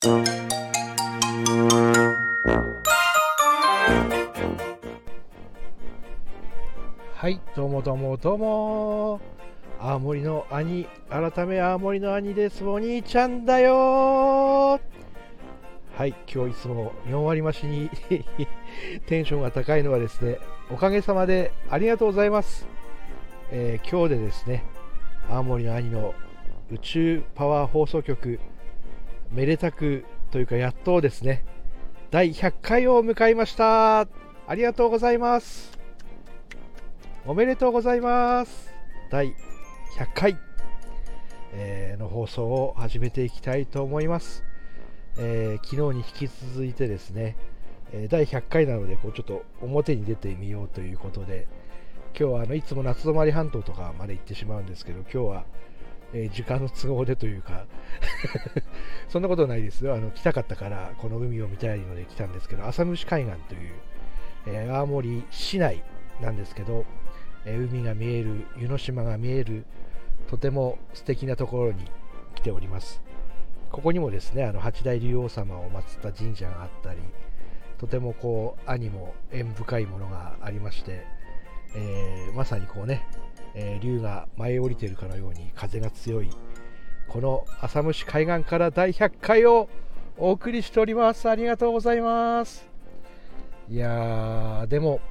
はい、どうもどうもどうも。青森の兄、改め青森の兄です。お兄ちゃんだよー。はい、今日いつも4割増しにテンションが高いのはですね、おかげさまでありがとうございます。今日でですね、青森の兄の宇宙パワー放送局、めでたくというかやっとですね、第100回を迎えました。ありがとうございます。おめでとうございます。第100回、の放送を始めていきたいと思います。昨日に引き続いてですね、第100回なのでこうちょっと表に出てみようということで、今日はいつも夏泊半島とかまで行ってしまうんですけど、今日は、時間の都合でというかそんなことないですよ。来たかったからこの海を見たいので来たんですけど、浅虫海岸という、青森市内なんですけど、海が見える、湯の島が見える、とても素敵なところに来ております。ここにもですね、八大竜王様を祀った神社があったり、とてもこう兄も縁深いものがありまして、まさにこうね、竜が舞い降りているかのように風が強いこの浅虫海岸から第100回をお送りしております。ありがとうございます。いやー、でも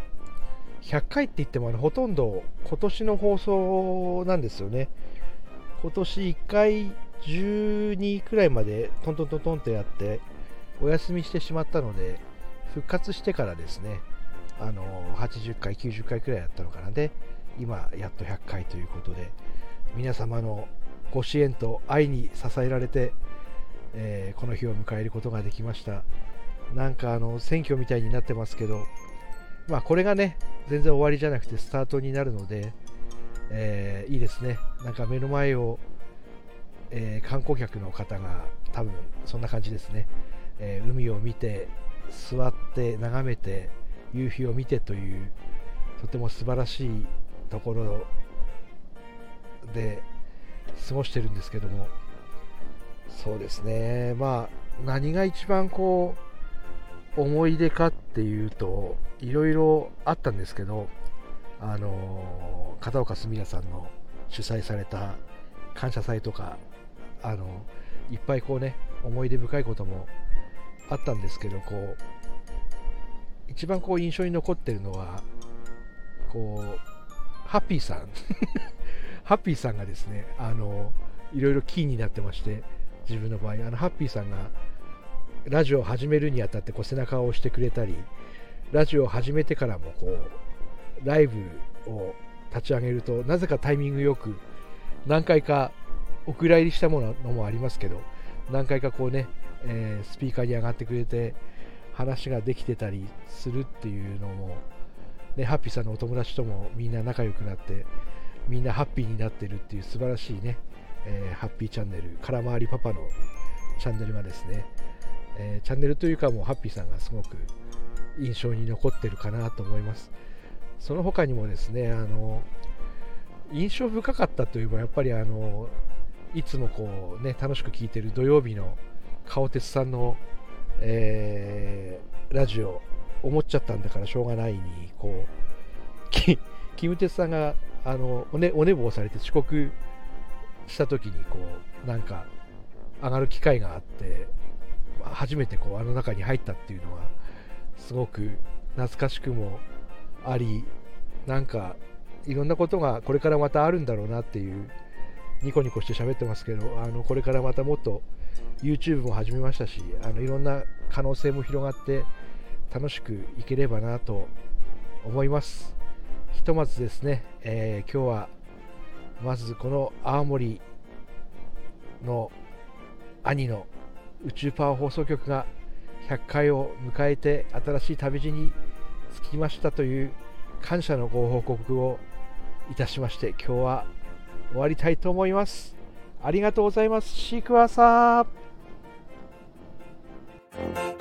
100回って言ってもほとんど今年の放送なんですよね。今年1回12くらいまでトントントントンってやってお休みしてしまったので、復活してからですね、80回90回くらいやったのかな。で今やっと100回ということで、皆様のご支援と愛に支えられて、この日を迎えることができました。なんか選挙みたいになってますけど、まあこれがね全然終わりじゃなくてスタートになるので、いいですね。なんか目の前を、観光客の方が多分そんな感じですね、海を見て座って眺めて夕日を見てというとても素晴らしいところで過ごしてるんですけども、そうですね、まあ何が一番こう思い出かっていうといろいろあったんですけど、片岡すみらさんの主催された感謝祭とか、いっぱいこうね思い出深いこともあったんですけど、こう一番こう印象に残ってるのはこうハッピーさんハッピーさんがですね、いろいろキーになってまして、自分の場合ハッピーさんがラジオを始めるにあたってこう背中を押してくれたり、ラジオを始めてからもこうライブを立ち上げるとなぜかタイミングよく何回かお蔵入りしたものもありますけど、何回かこうね、スピーカーに上がってくれて話ができてたりするっていうのも、ね、ハッピーさんのお友達ともみんな仲良くなってみんなハッピーになってるっていう素晴らしいね、ハッピーチャンネル、空回りパパのチャンネルがですね、チャンネルというかもうハッピーさんがすごく印象に残ってるかなと思います。その他にもですね、印象深かったといえばやっぱりいつもこうね楽しく聞いてる土曜日の顔鉄さんの、ラジオ思っちゃったんだからしょうがないにこうキムテツさんがお寝坊されて遅刻した時にこうなんか上がる機会があって、初めてこう中に入ったっていうのがすごく懐かしくもあり、なんかいろんなことがこれからまたあるんだろうなっていう、ニコニコして喋ってますけど、これからまたもっと YouTube も始めましたし、いろんな可能性も広がって楽しくいければなと思います。ひとまずですね、今日はまずこの青森の兄の宇宙パワー放送局が100回を迎えて新しい旅路に着きましたという感謝のご報告をいたしまして、今日は終わりたいと思います。ありがとうございます。シークワーサー。